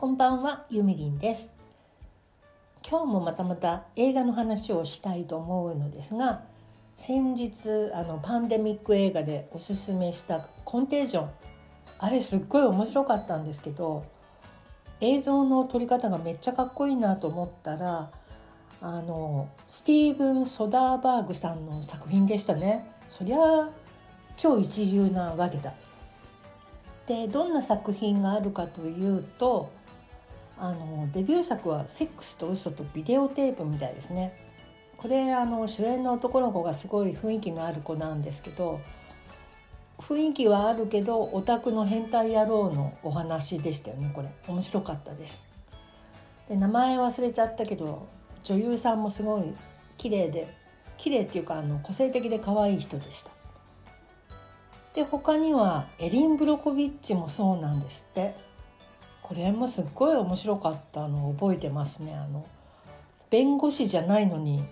こんばんは、ゆみりんです。今日もまた映画の話をしたいと思うのですが、先日パンデミック映画でおすすめしたコンテージョン、あれすっごい面白かったんですけど、映像の撮り方がめっちゃかっこいいなと思ったら、スティーブン・ソダーバーグさんの作品でしたね。そりゃ超一流なわけだ。で、どんな作品があるかというと、デビュー作はセックスと嘘とビデオテープみたいですね。これ主演の男の子がすごい雰囲気のある子なんですけど、雰囲気はあるけどオタクの変態野郎のお話でしたよね。これ面白かったです。で、名前忘れちゃったけど、女優さんもすごい綺麗っていうか個性的で可愛い人でした。で、他にはエリン・ブロコビッチもそうなんですって。これもすっごい面白かったのを覚えてますね。弁護士じゃないのに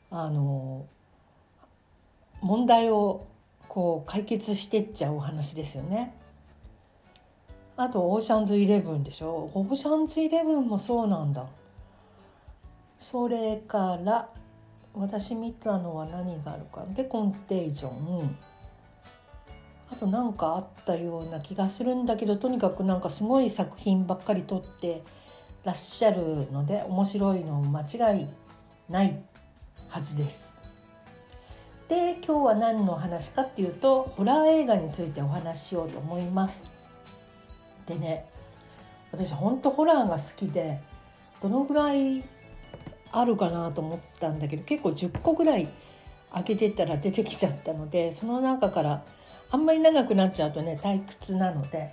問題をこう解決してっちゃうお話ですよね。あとオーシャンズイレブンでしょ。オーシャンズイレブンもそうなんだ。それから私見たのは何があるかで、コンテージョン、あとなんかあったような気がするんだけど、とにかくなんかすごい作品ばっかり撮ってらっしゃるので、面白いの間違いないはずです。で、今日は何の話かっていうと、ホラー映画についてお話ししようと思います。でね、私本当ホラーが好きで、どのぐらいあるかなと思ったんだけど、結構10個ぐらい開けてったら出てきちゃったので、その中からあんまり長くなっちゃうとね退屈なので、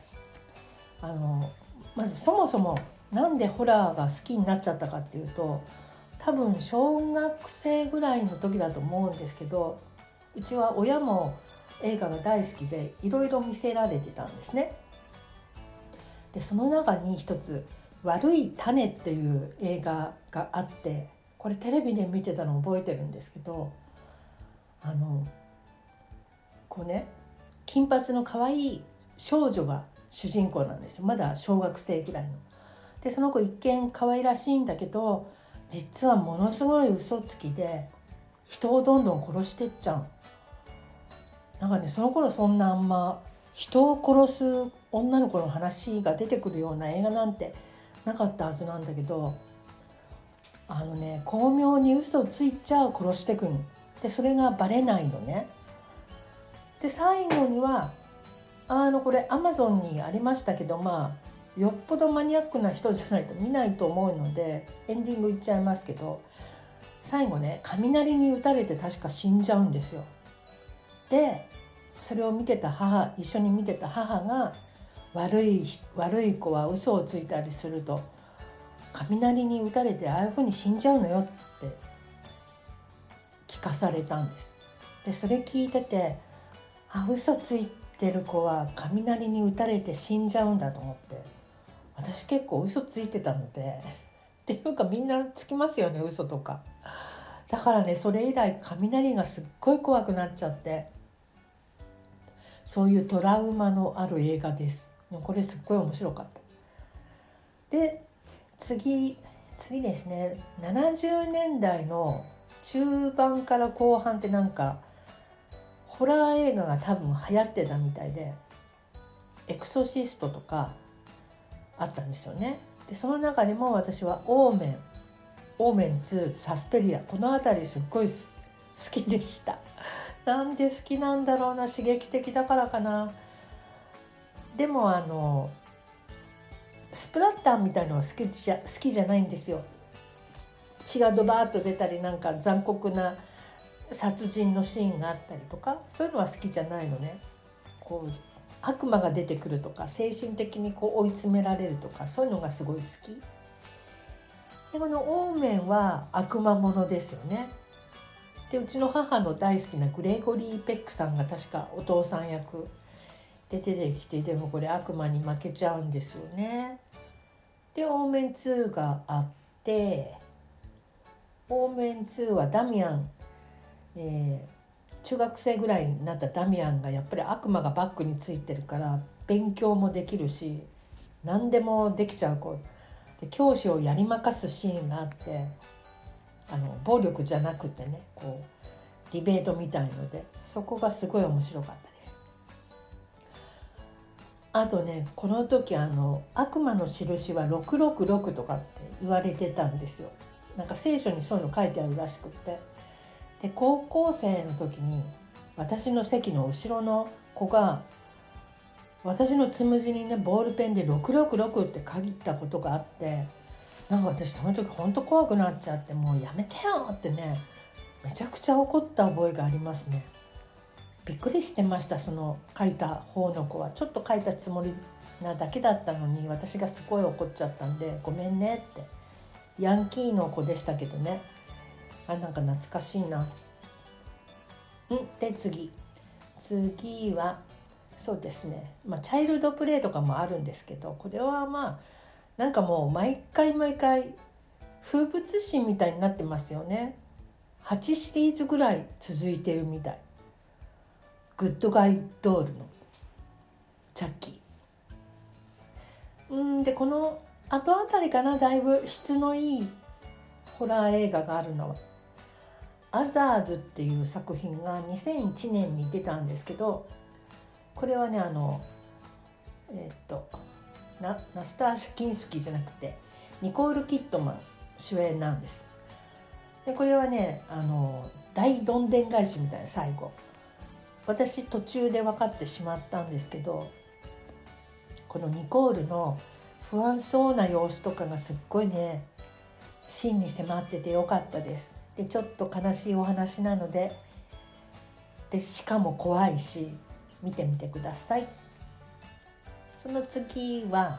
まずそもそもなんでホラーが好きになっちゃったかっていうと、多分小学生ぐらいの時だと思うんですけど、うちは親も映画が大好きでいろいろ見せられてたんですね。で、その中に一つ悪い種っていう映画があって、これテレビで見てたのを覚えてるんですけど、こうね、金髪の可愛い少女が主人公なんですよ。まだ小学生ぐらいの。で、その子一見可愛らしいんだけど、実はものすごい嘘つきで人をどんどん殺してっちゃう。なんかね、その頃そんなあんま人を殺す女の子の話が出てくるような映画なんてなかったはずなんだけど、巧妙に嘘ついちゃ殺してくる。で、それがバレないのね。で、最後にはこれアマゾンにありましたけど、よっぽどマニアックな人じゃないと見ないと思うのでエンディングいっちゃいますけど、最後ね、雷に打たれて確か死んじゃうんですよ。で、それを一緒に見てた母が、悪い子は嘘をついたりすると雷に打たれてああいう風に死んじゃうのよって聞かされたんです。で、それ聞いてて、嘘ついてる子は雷に打たれて死んじゃうんだと思って、私結構嘘ついてたのでっていうかみんなつきますよね、嘘とか。だからね、それ以来雷がすっごい怖くなっちゃって、そういうトラウマのある映画です。これすっごい面白かった。で、次ですね、70年代の中盤から後半ってなんかホラー映画が多分流行ってたみたいで、エクソシストとかあったんですよね。で、その中でも私はオーメン2、サスペリア、この辺りすっごい好きでした。なんで好きなんだろうな、刺激的だからかな。でもスプラッターみたいのは好きじゃないんですよ。血がドバーッと出たり、なんか残酷な殺人のシーンがあったりとか、そういうのは好きじゃないのね。こう悪魔が出てくるとか、精神的にこう追い詰められるとか、そういうのがすごい好きで、このオーメンは悪魔ものですよね。で、うちの母の大好きなグレゴリー・ペックさんが確かお父さん役で出てきて、でもこれ悪魔に負けちゃうんですよね。で、オーメン2があって、オーメン2はダミアン、中学生ぐらいになったダミアンがやっぱり悪魔がバックについてるから勉強もできるし何でもできちゃう子で教師をやりまかすシーンがあって、暴力じゃなくてね、こうディベートみたいので、そこがすごい面白かったです。あとね、この時悪魔の印は666とかって言われてたんですよ。なんか聖書にそういうの書いてあるらしくって、で高校生の時に私の席の後ろの子が私のつむじにねボールペンで666って書いたことがあって、なんか私その時ほんと怖くなっちゃって、もうやめてよってね、めちゃくちゃ怒った覚えがありますね。びっくりしてました。その書いた方の子はちょっと書いたつもりなだけだったのに、私がすごい怒っちゃったんでごめんねって。ヤンキーの子でしたけどね、なんか懐かしいな。で次はそうですね、チャイルドプレイとかもあるんですけど、これはなんかもう毎回風物詩みたいになってますよね。8シリーズぐらい続いてるみたい。グッドガイドールのチャッキー。でこの後あたりかな、だいぶ質のいいホラー映画があるのはアザーズっていう作品が2001年に出たんですけど、これはねナスターシャ・キンスキーじゃなくてニコール・キッドマン主演なんです。でこれはね大どんでん返しみたいな、最後私途中で分かってしまったんですけど、このニコールの不安そうな様子とかがすっごいね真に迫っててよかったです。でちょっと悲しいお話なので、しかも怖いし見てみてください。その次は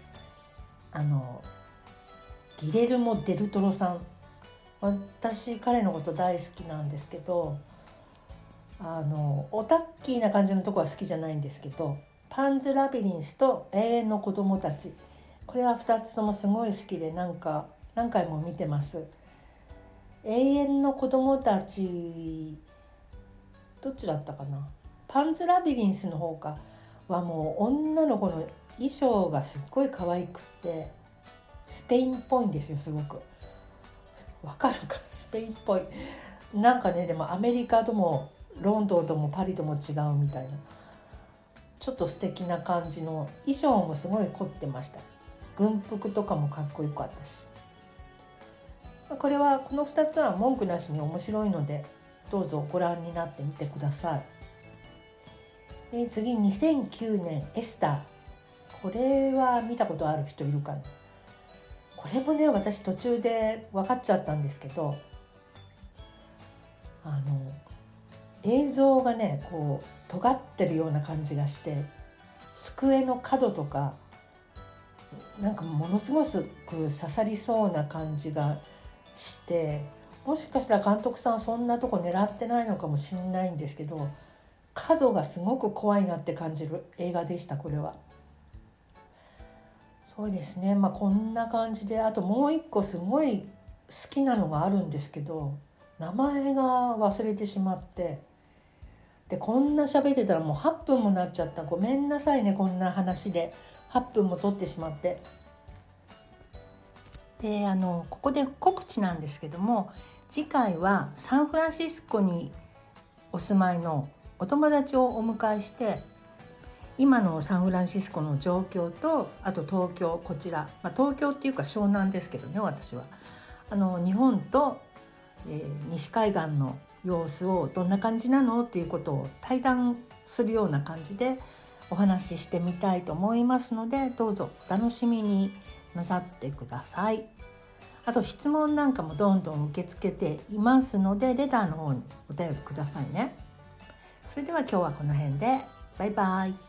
ギレルモ・デルトロさん。私彼のこと大好きなんですけど、オタッキーな感じのとこは好きじゃないんですけど、パンズ・ラビリンスと永遠の子供たち、これは2つともすごい好きで何回も見てます。永遠の子供たちどっちだったかな、パンズ・ラビリンスの方かはもう女の子の衣装がすっごい可愛くってスペインっぽいんですよ。すごくわかるか、スペインっぽいなんかね。でもアメリカともロンドンともパリとも違うみたいな、ちょっと素敵な感じの衣装もすごい凝ってました。軍服とかもかっこよかったし、この2つは文句なしに面白いのでどうぞご覧になってみてください。次2009年エスター。これは見たことある人いるかな。これもね私途中で分かっちゃったんですけど、映像がねこう尖ってるような感じがして、机の角とかなんかものすごく刺さりそうな感じがして、もしかしたら監督さんそんなとこ狙ってないのかもしれないんですけど、角がすごく怖いなって感じる映画でした。これはそうですね。こんな感じで、あともう一個すごい好きなのがあるんですけど、名前が忘れてしまって、でこんな喋ってたらもう8分もなっちゃった。ごめんなさいね、こんな話で8分も取ってしまって。でここで告知なんですけども、次回はサンフランシスコにお住まいのお友達をお迎えして、今のサンフランシスコの状況と、あと東京、こちら、東京っていうか湘南ですけどね、私は日本と、西海岸の様子をどんな感じなのっていうことを対談するような感じでお話ししてみたいと思いますので、どうぞお楽しみになさってください。あと質問なんかもどんどん受け付けていますので、レターの方にお便りくださいね。それでは今日はこの辺で、バイバイ。